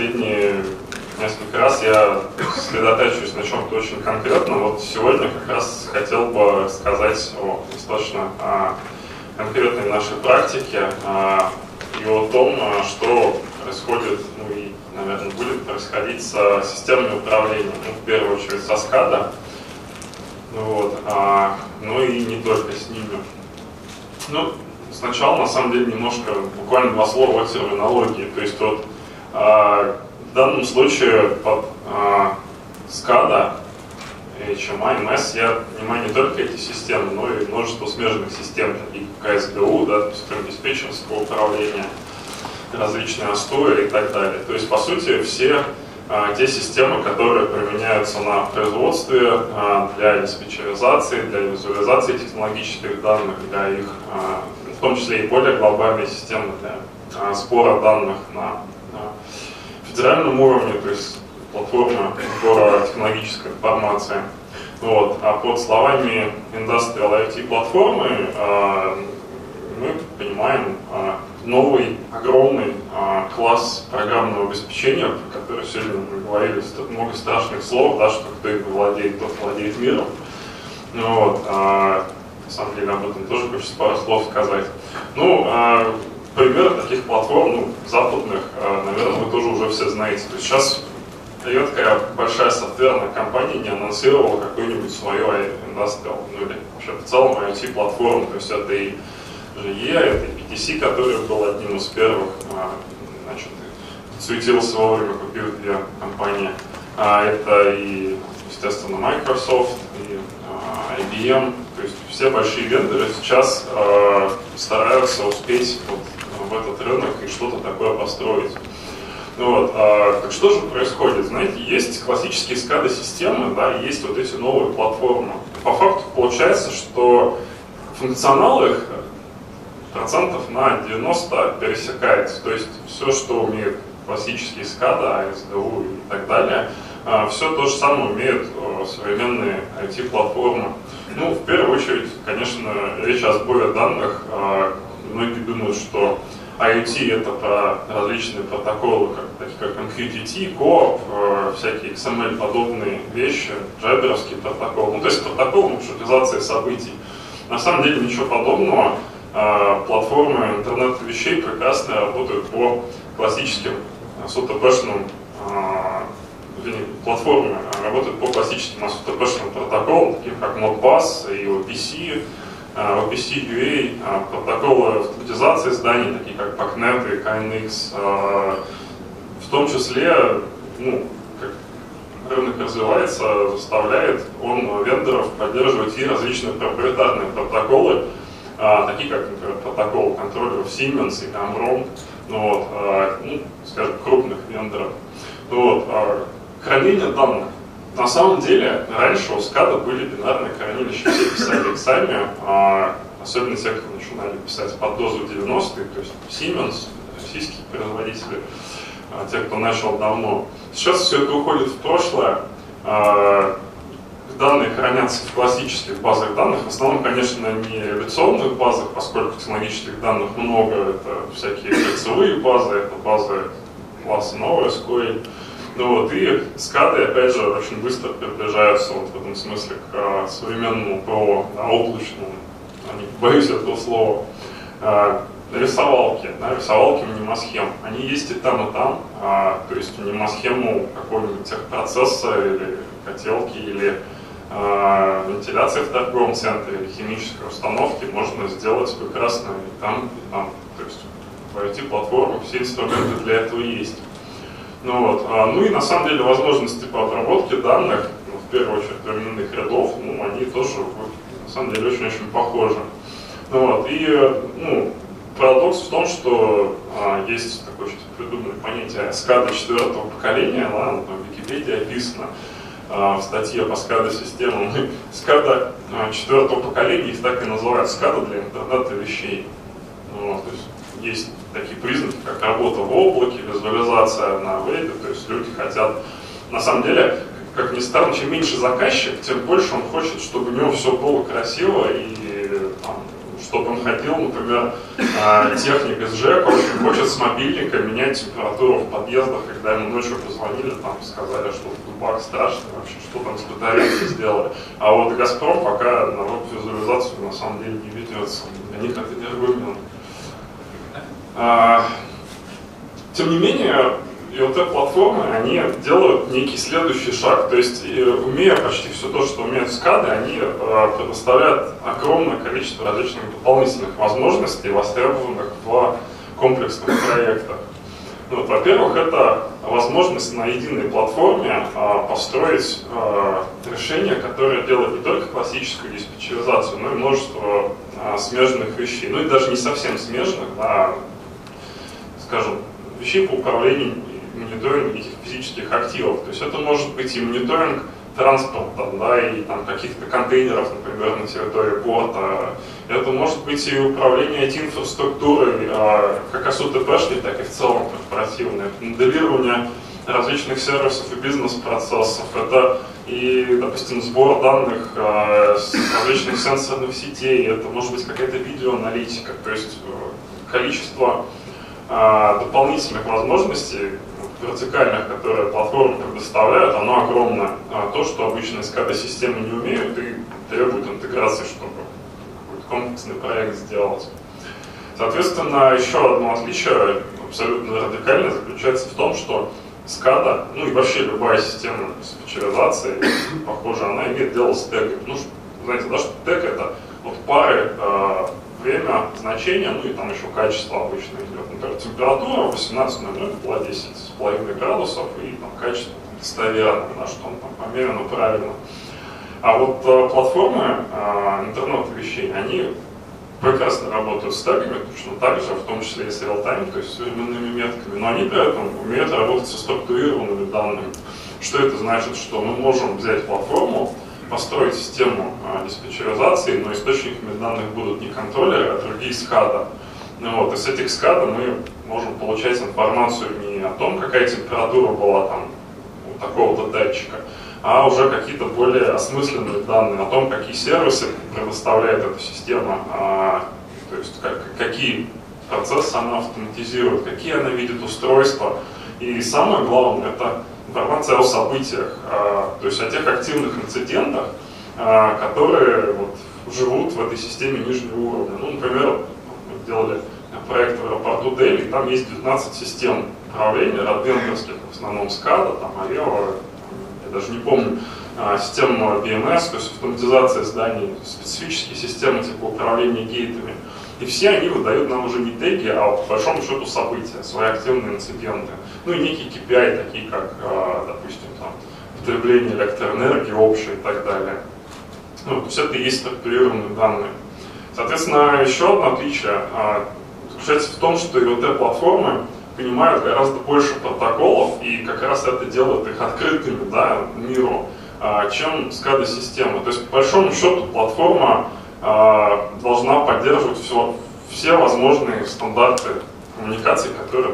последние несколько раз я сосредотачиваюсь на чем-то очень конкретном. Вот сегодня как раз хотел бы рассказать о достаточно конкретной нашей практике и о том, что происходит, ну и, наверное, будет происходить с системами управления, ну, в первую очередь со SCADA, ну и не только с ними. Ну, сначала, на самом деле, немножко, буквально два слова о терминологии. То есть вот в данном случае под SCADA, HMI, MES я понимаю не только эти системы, но и множество смежных систем, таких как КСГУ, да, то есть диспетчерского управления, различные ОСТО и так далее. То есть, по сути, все те системы, которые применяются на производстве для диспетчеризации, для визуализации технологических данных, для их, в том числе и более глобальные системы для сбора данных на федеральном уровне, то есть платформа сбора технологической информации. Вот. А под словами Industrial IoT платформы мы понимаем новый огромный класс программного обеспечения, про который сегодня мы говорили, много страшных слов, да, что кто их владеет, тот владеет миром. Вот. На самом деле об этом тоже хочется пару слов сказать. Примеры таких платформ, западных, наверное, вы тоже уже все знаете. То есть сейчас редкая большая софтверная компания не анонсировала какую-нибудь свою Industrial, ну или вообще в целом IoT-платформу. То есть это и GE, это и PTC, который был одним из первых, суетился вовремя, купил две компании. Это и, естественно, Microsoft, и IBM. То есть все большие вендоры сейчас стараются успеть вот в этот рынок и что-то такое построить. Вот. Так что же происходит? Знаете, есть классические SCADA-системы, да, и есть вот эти новые платформы. По факту получается, что функционал их процентов на 90 пересекается. То есть все, что умеет классические SCADA, ASDU и так далее, все то же самое умеют современные IT-платформы. Ну, в первую очередь, конечно, речь о сборе данных. Многие думают, что IoT это про различные протоколы, такие как MQTT, COAP, всякие XML-подобные вещи, джаберовские протоколы. Ну, то есть протокол маршрутизации событий. На самом деле ничего подобного. Платформы интернета вещей прекрасно работают по классическим SOTP-шным платформы, работают по классическим SOTP-шным протоколам, таким как Modbus и OPC, OPC UA, протоколы автоматизации зданий, такие как PACnet и KNX. В том числе, как рынок развивается, заставляет он вендоров поддерживать и различные проприетарные протоколы, такие как, например, протокол контроллеров Siemens и Amron, скажем, крупных вендоров. Хранение данных. На самом деле, раньше у SCADA были бинарные хранилища, все писали их сами, особенно те, кто начинали писать под дозу 90-х, то есть Siemens, российские производители, те, кто начал давно. Сейчас все это уходит в прошлое. Данные хранятся в классических базах данных, в основном, конечно, не реляционных базах, поскольку технологических данных много, это всякие кольцевые базы, это базы класса NoSQL. И SCADA, опять же, очень быстро приближаются в этом смысле к современному ПО, облачному, не боюсь этого слова, рисовалки унимасхем. Они есть и там, то есть унимасхему какого-нибудь техпроцесса или хотелки, или вентиляции в торговом центре, или химической установки можно сделать прекрасно и там, и там. То есть в IT-платформах все инструменты для этого есть. Ну и на самом деле возможности по обработке данных, в первую очередь временных рядов, они тоже на самом деле очень-очень похожи. Парадокс в том, что есть такое сейчас придуманное понятие SCADA 4-го поколения, в Википедии описано в статье по SCADA-системам. SCADA 4-го поколения, их так и называют SCADA для интернета вещей. То есть такие признаки, как работа в облаке, визуализация на вебе, то есть люди хотят, на самом деле, как ни странно, чем меньше заказчик, тем больше он хочет, чтобы у него все было красиво и чтобы он ходил, например, техник из ЖЭК очень хочет с мобильника менять температуру в подъездах, когда ему ночью позвонили, там сказали, что бак страшный, вообще, что там с батареей сделали. А вот Газпром пока на веб-визуализацию на самом деле не ведется. Для них это не аргумент. Тем не менее, IoT-платформы, они делают некий следующий шаг. То есть, умея почти все то, что умеют SCADA, они предоставляют огромное количество различных дополнительных возможностей, востребованных в комплексных проектах. Ну, во-первых, это возможность на единой платформе построить решение, которое делает не только классическую диспетчеризацию, но и множество смежных вещей. Ну и даже не совсем смежных, а, скажем, вещей по управлению и мониторингу этих физических активов. То есть это может быть и мониторинг транспорта, да, и там каких-то контейнеров, например, на территории порта. Это может быть и управление IT-инфраструктурой, как ОСУ-ТПшной, так и в целом корпоративной. Это моделирование различных сервисов и бизнес-процессов. Это и, допустим, сбор данных с различных сенсорных сетей. Это может быть какая-то видеоаналитика. То есть количество дополнительных возможностей вертикальных, которые платформы предоставляют, оно огромное. То, что обычные SCADA-системы не умеют и требуют интеграции, чтобы какой-то комплексный проект сделать. Соответственно, еще одно отличие, абсолютно радикальное, заключается в том, что SCADA, ну и вообще любая система диспетчеризации, похоже, она имеет дело с тегами. Ну, знаете, да, что тег — это вот пары, время, значение, ну и там еще качество обычно идет. Например, температура 18:00 была 10,5 градусов, и там качество достоверно, на что он там померено правильно. А вот платформы интернета вещей, они прекрасно работают с тегами, точно так же, в том числе и с real-time, то есть с временными метками, но они при этом умеют работать со структурированными данными. Что это значит? Что мы можем взять платформу, построить систему диспетчеризации, но источниками данных будут не контроллеры, а другие SCADA. Ну, вот, и с этих SCADA мы можем получать информацию не о том, какая температура была там у такого-то датчика, а уже какие-то более осмысленные данные о том, какие сервисы предоставляет эта система, то есть какие процессы она автоматизирует, какие она видит устройства. И самое главное — это информация о событиях, то есть о тех активных инцидентах, которые вот живут в этой системе нижнего уровня. Ну, например, мы делали проект в аэропорту Дели, там есть 19 систем управления, родвендорских, в основном SCADA, там Aero, я даже не помню, система BMS, то есть автоматизация зданий, специфические системы типа управления гейтами. И все они выдают нам уже не теги, а по большому счету события, свои активные инциденты. Ну и некие KPI, такие как, допустим, там, потребление электроэнергии общее и так далее. Ну, то есть это и есть структурированные данные. Соответственно, еще одно отличие заключается в том, что IoT-платформы понимают гораздо больше протоколов, и как раз это делает их открытыми, да, миру, чем SCADA-система. То есть, по большому счету, платформа должна поддерживать все возможные стандарты коммуникаций, которые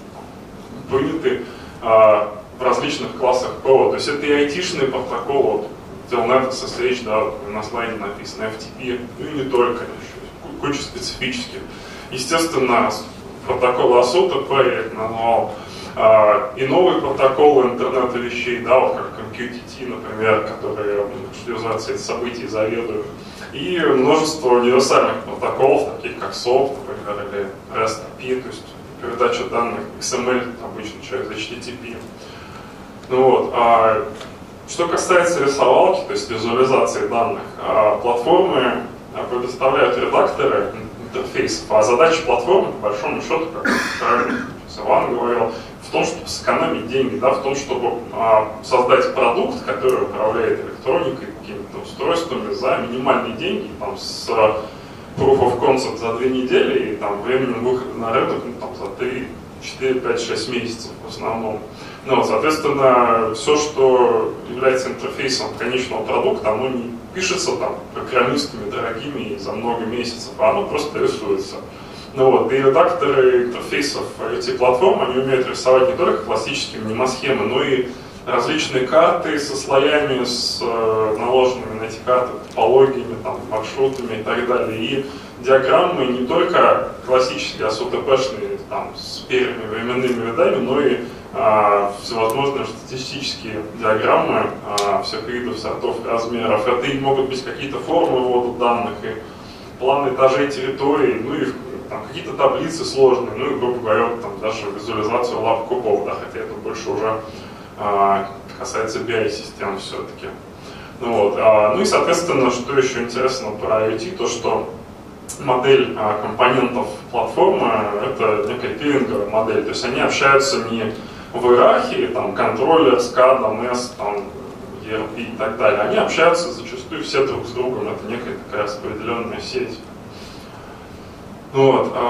приняты в различных классах ПО. То есть это и айтишные протоколы, вот, Telnet, SSH, да, на слайде написано, FTP, ну и не только, еще куча специфических. Естественно, протоколы ОСУ-ТП я их назвал, и новые протоколы интернета вещей, да, вот как MQTT, например, которые маршрутизацией событий заведуют. И множество универсальных протоколов, таких как SOAP, например, или REST API, то есть передача данных XML обычно через HTTP. Ну вот. Что касается рисовалки, то есть визуализации данных, платформы предоставляют редакторы интерфейсов, а задача платформы, по большому счету, как правильно Иван говорил, в том, чтобы сэкономить деньги, да, в том, чтобы создать продукт, который управляет электроникой, какими-то устройствами за минимальные деньги, там, с proof of concept за 2 недели и там, временем выхода на рынок там, за 3, 4, 5, 6 месяцев в основном. Ну, вот, соответственно, все, что является интерфейсом конечного продукта, оно не пишется там программистами дорогими за много месяцев, а оно просто рисуется. Ну вот, и редакторы интерфейсов этих платформ, они умеют рисовать не только классические мнемосхемы, но и различные карты со слоями, с наложенными на эти карты топологиями, там, маршрутами и так далее. И диаграммы не только классические, а СУТПшные, там, с первыми временными видами, но и всевозможные статистические диаграммы всех видов, сортов, размеров. Это и могут быть какие-то формы ввода данных, и планы этажей территорий, ну и там, какие-то таблицы сложные, ну и, грубо говоря, там, даже визуализацию лап кубов, да, хотя это больше уже касается BI-систем все-таки. Ну, вот, ну и, соответственно, что еще интересно про IoT, то что модель компонентов платформы — это некая пиринговая модель, то есть они общаются не в иерархии, там, контроллер, SCADA, MES, там, ERP и так далее, они общаются зачастую все друг с другом, это некая такая распределенная сеть. Вот.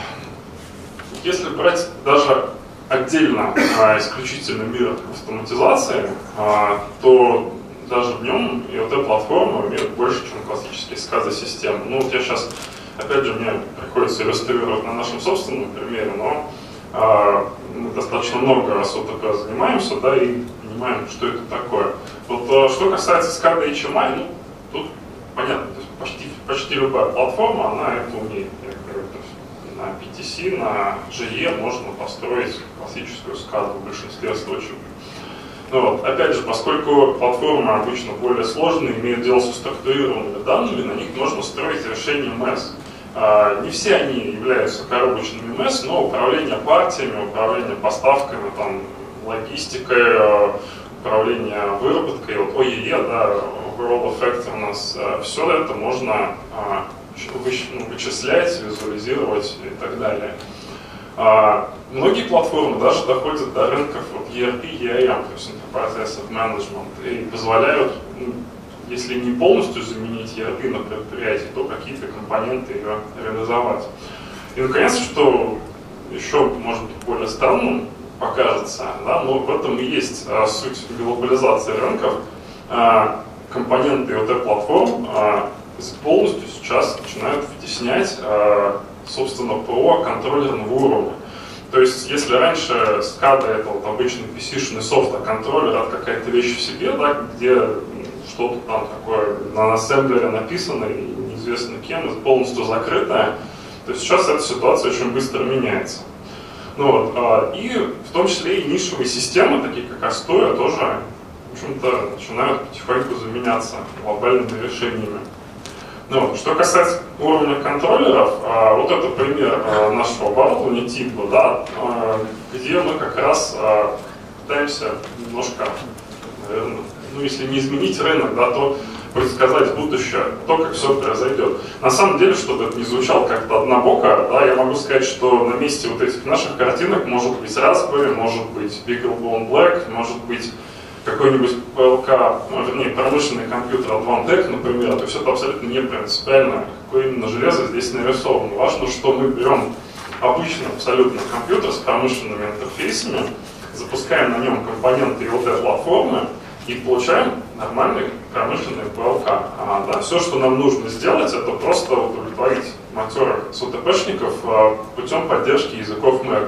Если брать даже отдельно исключительно мир автоматизации, то даже в нем IoT-платформа имеет больше, чем классические SCADA-системы. Ну вот я сейчас, опять же, мне приходится иллюстрировать на нашем собственном примере, но мы достаточно много с ОТП занимаемся, да, и понимаем, что это такое. Вот что касается SCADA и HMI, ну, тут понятно, то есть почти любая платформа, она это умеет. На PTC, на GE можно построить классическую SCADA в большинстве случаев. Ну, вот. Опять же, поскольку платформы обычно более сложные, имеют дело со структурированными данными, на них можно строить решения MES. Не все они являются коробочными MES, но управление партиями, управление поставками, там, логистикой, управление выработкой, вот OEE, да, Overall Effectiveness, все это можно вычислять, визуализировать и так далее. Многие платформы даже доходят до рынков вот ERP, EIM, то есть Enterprise Asset Management, и позволяют, если не полностью заменить ERP на предприятии, то какие-то компоненты ее реализовать. И наконец, что еще может быть более странным покажется, да, но в этом и есть суть глобализации рынков. Компоненты IoT-платформ полностью сейчас начинают вытеснять, собственно, ПО контроллерного уровня. То есть, если раньше SCADA это вот обычный PC-шный софт, а контроллер это какая-то вещь в себе, да, где что-то там такое на ассемблере написано и неизвестно кем, это полностью закрытое, то сейчас эта ситуация очень быстро меняется. Ну, вот, и в том числе и нишевые системы, такие как Astoya, тоже, в общем-то, начинают потихоньку заменяться глобальными решениями. Ну, что касается уровня контроллеров, вот это пример нашего оборудования типа, да, где мы как раз пытаемся немножко, наверное, ну, если не изменить рынок, да, то предсказать будущее, то, как все произойдет. На самом деле, чтобы это не звучало как-то однобоко, да, я могу сказать, что на месте вот этих наших картинок может быть Raspberry, может быть BeagleBone Black, может быть какой-нибудь PLK, ну, вернее, промышленный компьютер Advantech, например, то есть это абсолютно не принципиально, какое именно железо здесь нарисовано. Важно, что мы берем обычный абсолютно компьютер с промышленными интерфейсами, запускаем на нем компоненты IoT-платформы и получаем нормальный промышленный PLK. Да, все, что нам нужно сделать, это просто удовлетворить матерых СУТПшников путем поддержки языков Mac.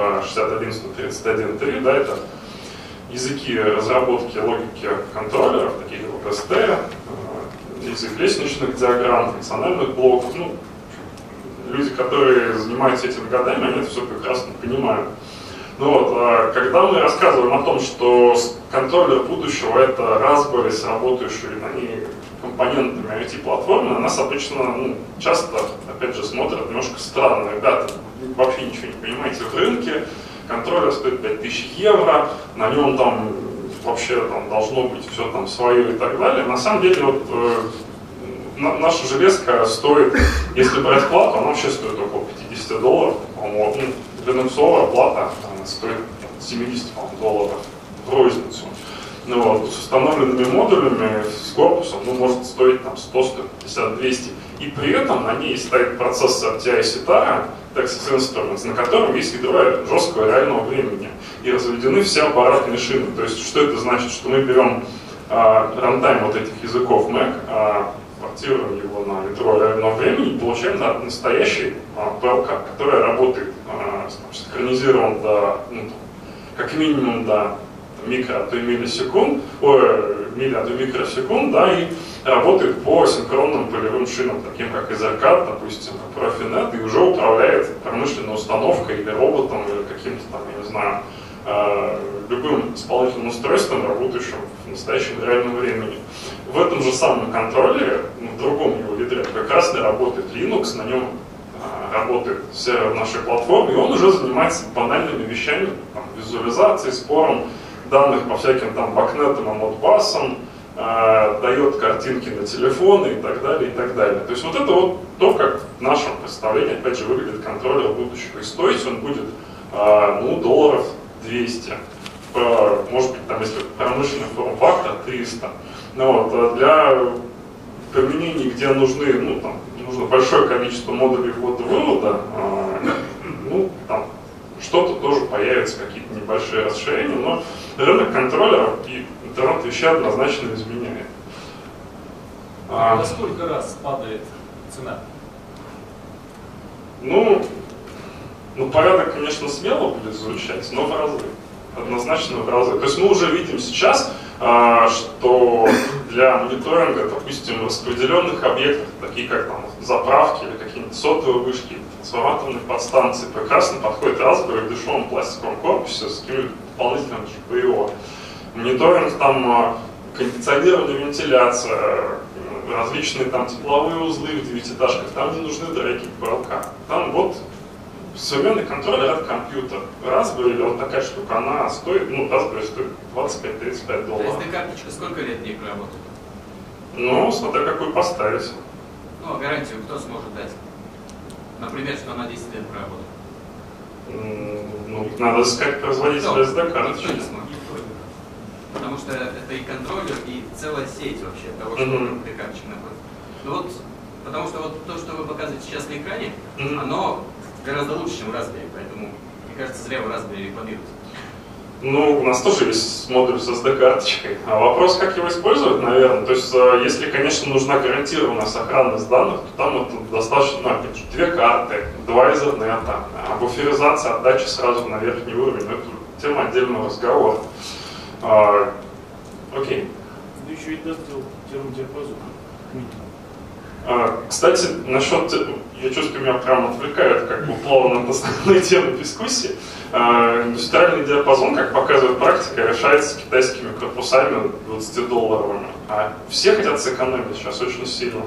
61.131.3, да, это языки разработки логики контроллеров, такие как ST, язык лестничных диаграмм, функциональных блоков. Ну, люди, которые занимаются этим годами, они это все прекрасно понимают. Ну вот, когда мы рассказываем о том, что контроллер будущего — это Raspberry с работающими на ней компонентами IT-платформы, на нас обычно часто, опять же, смотрят немножко странно. Ребята, вы вообще ничего не понимаете в рынке, контроллер стоит 5000 евро, на нем там вообще там должно быть все там свое и так далее. На самом деле, вот, наша железка стоит, если брать плату, она вообще стоит около $50, по-моему. Линуксовая плата стоит $70 в розницу. Ну, вот, с установленными модулями, с корпусом, может стоить там 100, 150, 200. И при этом на ней стоит процессор TI Citara, Texas Instruments, на котором есть ядро жесткого реального времени. И разведены все аппаратные шины. То есть, что это значит? Что мы берем рантайм вот этих языков Mac, портируем его на ядро реального времени и получаем настоящий PLK, который работает, синхронизирован до, как минимум до микро, а то и миллисекунд, миллиарда микросекунд, да, и работает по синхронным полевым шинам, таким как Ethercad, допустим, Profinet, и уже управляет промышленной установкой или роботом, или каким-то там, я не знаю, любым исполнительным устройством, работающим в настоящем реальном времени. В этом же самом контроллере, в другом его ядре, как раз не работает Linux, на нем работает сервер нашей платформы, и он уже занимается банальными вещами, там, визуализацией, сбором данных по всяким там бакнетам и модбасам, дает картинки на телефоны и так далее, и так далее. То есть вот это вот то, как в нашем представлении, опять же, выглядит контроллер будущего. И стоить он будет, ну, долларов 200. Может быть, там, если промышленный форм-фактор, 300. Ну, вот, для применений, где нужны, ну, там, нужно большое количество модулей ввода-вывода, ну, там, что-то тоже появится, какие-то небольшие расширения, но рынок контроллеров и интернет вещей однозначно изменяет. Во сколько раз падает цена? Ну, порядок, конечно, смело будет звучать, но в разы. Однозначно в разы. То есть мы уже видим сейчас, что для мониторинга, допустим, распределенных объектов, такие как там заправки или какие-нибудь сотовые вышки, трансформаторные подстанции, прекрасно подходит Raspberry в дешевом пластиковом корпусе с каким-нибудь дополнительным GPIO. Мониторинг, там кондиционирование, вентиляция, различные там тепловые узлы в девятиэтажках, там не нужны дорогие ПЛК. Там вот современный контроллер — это компьютер. Raspberry или вот такая штука, она стоит, ну, Raspberry стоит $25-35. А SD-карточка сколько лет не проработает? Ну, смотря какую поставить. Ну, а гарантию кто сможет дать? Например, что она 10 лет проработает? Ну, надо искать производителя SD-карточки. Никто не сможет. Потому что это и контроллер, и целая сеть вообще того, что SD-карточек находится. Ну вот, потому что вот то, что вы показываете сейчас на экране, оно гораздо лучше, чем Raspberry, поэтому, мне кажется, зря вы Raspberry рекламируете. Ну, у нас тоже есть модуль с SD-карточкой. А вопрос, как его использовать, наверное. То есть, если, конечно, нужна гарантированная сохранность данных, то там это достаточно, ну, опять же, 2 карты, 2 Ethernet, буферизация отдачи сразу на верхний уровень. Но это тема отдельного разговора. Окей. Ну, еще и даст термодиапазон. Кстати, насчет, я чувствую, меня прям отвлекает, как бы плавно от основной темы дискуссии. Индустриальный диапазон, как показывает практика, решается китайскими корпусами $20. А все хотят сэкономить сейчас очень сильно.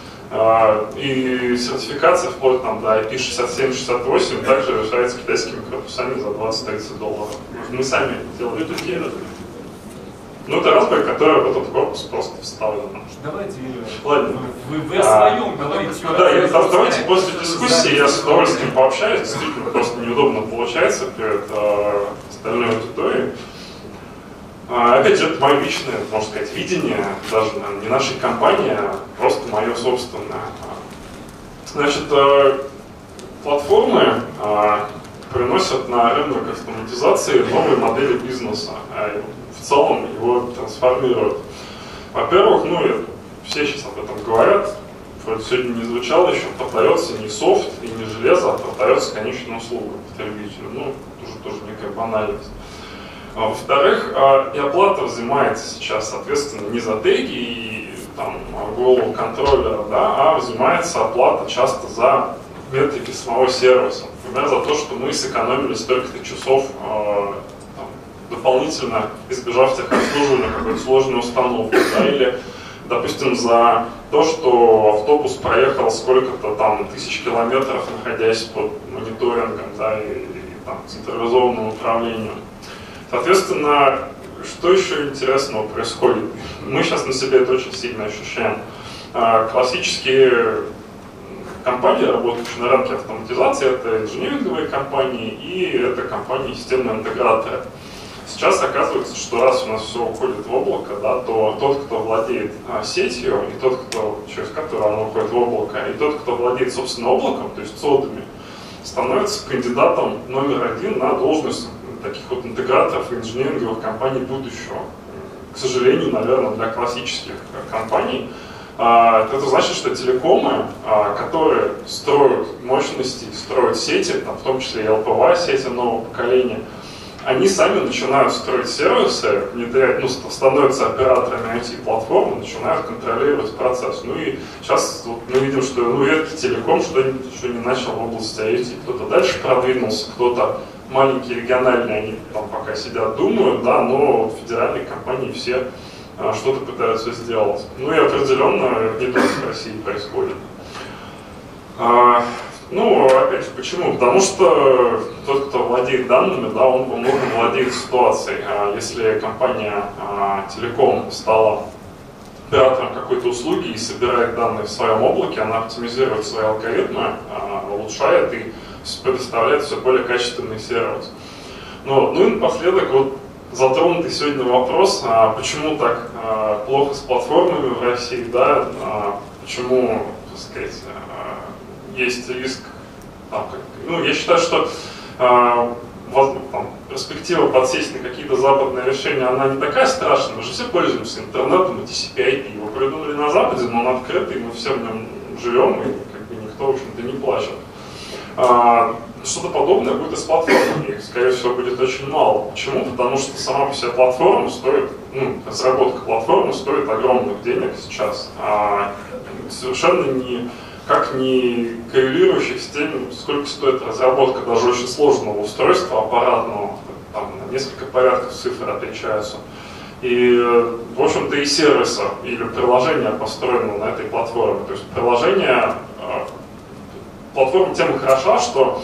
И сертификация вплоть там, до IP67-68 также решается китайскими корпусами за $20-30. Мы сами делали такие. Ну, это Raspberry, которая в этот корпус просто вставлена. Давайте, ладно. Вы о своем говорите. Да, давайте после дискуссии я с удовольствием пообщаюсь. Действительно, просто неудобно получается перед остальной аудиторией. Опять же, это мое личное, можно сказать, видение, даже не нашей компании, а просто мое собственное. Значит, платформы приносят на рынок автоматизации новые модели бизнеса. В целом его трансформируют. Во-первых, ну, все сейчас об этом говорят, вроде сегодня не звучало еще, продается не софт и не железо, а продается конечная услуга потребителю. Ну, тоже некая банальность. Во-вторых, и оплата взимается сейчас, соответственно, не за теги и там голову контроллера, да, а взимается оплата часто за метрики самого сервиса. Например, за то, что мы сэкономили столько-то часов дополнительно избежав техобслуживания какой-то сложной установки, да, или, допустим, за то, что автобус проехал сколько-то там тысяч километров, находясь под мониторингом, да, и там, централизованным управлением. Соответственно, что еще интересного происходит? Мы сейчас на себе это очень сильно ощущаем. Классические компании, работающие на рынке автоматизации, это инжиниринговые компании и это компании системные интеграторы. Сейчас оказывается, что раз у нас все уходит в облако, да, то тот, кто владеет сетью, и тот, кто, через которого оно уходит в облако, и тот, кто владеет, собственно, облаком, то есть цодами, становится кандидатом номер 1 на должность таких вот интеграторов и инжиниринговых компаний будущего. К сожалению, наверное, для классических компаний это значит, что телекомы, которые строят мощности, строят сети, там, в том числе и ЛПВА, сети нового поколения, они сами начинают строить сервисы, внедрять, ну, становятся операторами IT-платформы, начинают контролировать процесс. Ну и сейчас вот мы видим, что редкий телеком что-нибудь еще не начал в области IT. Кто-то дальше продвинулся, кто-то маленькие региональные, они там пока сидят, думают, да, но федеральные компании все что-то пытаются сделать. Ну и определенно это не только в России происходит. Ну, опять же, почему? Потому что тот, кто владеет данными, да, он во многом владеет ситуацией. Если компания телеком стала оператором какой-то услуги и собирает данные в своем облаке, она оптимизирует свои алгоритмы, улучшает и предоставляет все более качественный сервис. Ну и напоследок, вот затронутый сегодня вопрос, почему так плохо с платформами в России, да, почему, так сказать, есть риск, я считаю, что перспектива подсесть на какие-то западные решения, она не такая страшная, мы же все пользуемся интернетом, TCP/IP, его придумали на Западе, но он открытый, мы все в нем живем, и как бы никто, в общем-то, не плачет. Что-то подобное будет и с платформами, их, скорее всего, будет очень мало. Почему? Потому что сама по себе платформа стоит, разработка платформы стоит огромных денег сейчас, совершенно никак не коррелирующих с тем, сколько стоит разработка даже очень сложного устройства аппаратного, там на несколько порядков цифр отличаются. И, в общем-то, и сервиса или приложения построены на этой платформе. То есть платформа тем и хороша, что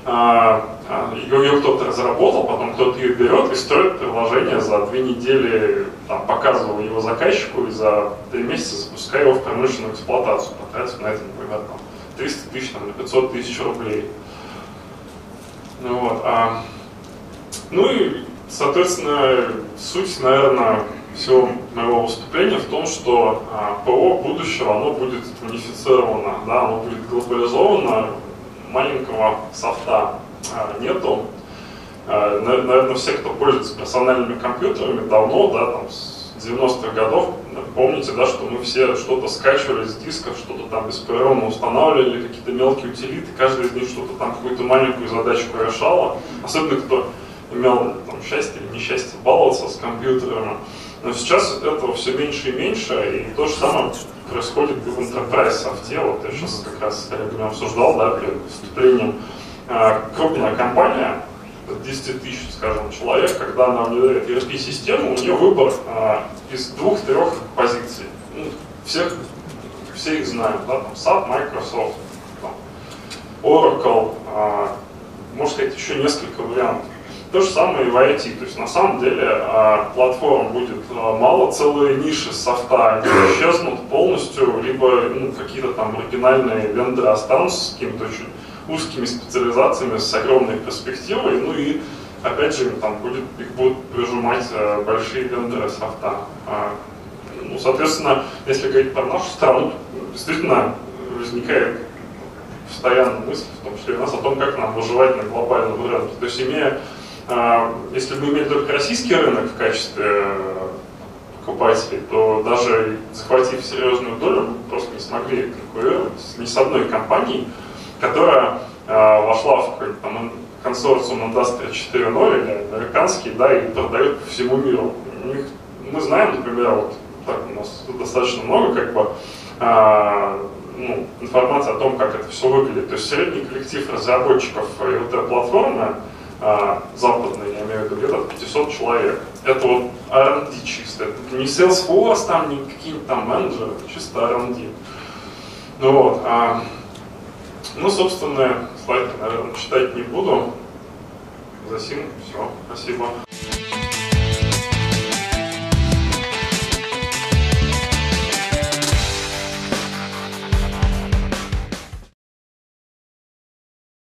ее кто-то разработал, потом кто-то ее берет и строит приложение за 2 недели, там, показывая его заказчику, и за 3 месяца запуская его в промышленную эксплуатацию, потратив на это, например, там, 300 тысяч, там, или 500 тысяч рублей. Ну и, соответственно, суть, наверное, всего моего выступления в том, что ПО будущего, оно будет унифицировано, да, оно будет глобализовано, маленького софта нету. Наверное, все, кто пользуется персональными компьютерами давно, да, там, с 90-х годов, помните, да, что мы все что-то скачивали с дисков, что-то там беспрерывно устанавливали, какие-то мелкие утилиты, каждый из них что-то там, какую-то маленькую задачку решало. Особенно, кто имел там счастье или несчастье баловаться с компьютерами. Но сейчас этого все меньше и меньше, и то же самое происходит в Enterprise софте. Вот я сейчас как раз с коллегами обсуждал, да, перед выступлением. Крупная компания, 10 тысяч, скажем, человек, когда она внедряет ERP-систему, у нее выбор из 2-3 позиций. Все их знают, да, там SAP, Microsoft, там, Oracle, можно сказать, еще несколько вариантов. То же самое и в IT, то есть на самом деле платформ будет мало, целые ниши софта исчезнут полностью, либо какие-то там оригинальные вендоры останутся с какими-то очень узкими специализациями, с огромной перспективой, ну и опять же их будут прижимать большие вендоры софта. Ну, соответственно, если говорить про нашу страну, действительно возникает постоянная мысль, в том числе и у нас, о том, как нам выживать на глобальном рынке. То есть если бы имели только российский рынок в качестве покупателей, то даже захватив серьезную долю, мы просто не смогли конкурировать ни с одной компанией, которая вошла в какой-то там консорциум Industry 4.0 или американский, да, и продает по всему миру. Мы знаем, например, вот так у нас достаточно много информации о том, как это все выглядит. То есть средний коллектив разработчиков IoT-платформы западные, я имею в виду, где-то 500 человек. Это вот R&D чисто. Это не Salesforce, там, не какие-нибудь там менеджеры, это чисто R&D. Собственно, слайды, наверное, читать не буду. За сим все. Спасибо.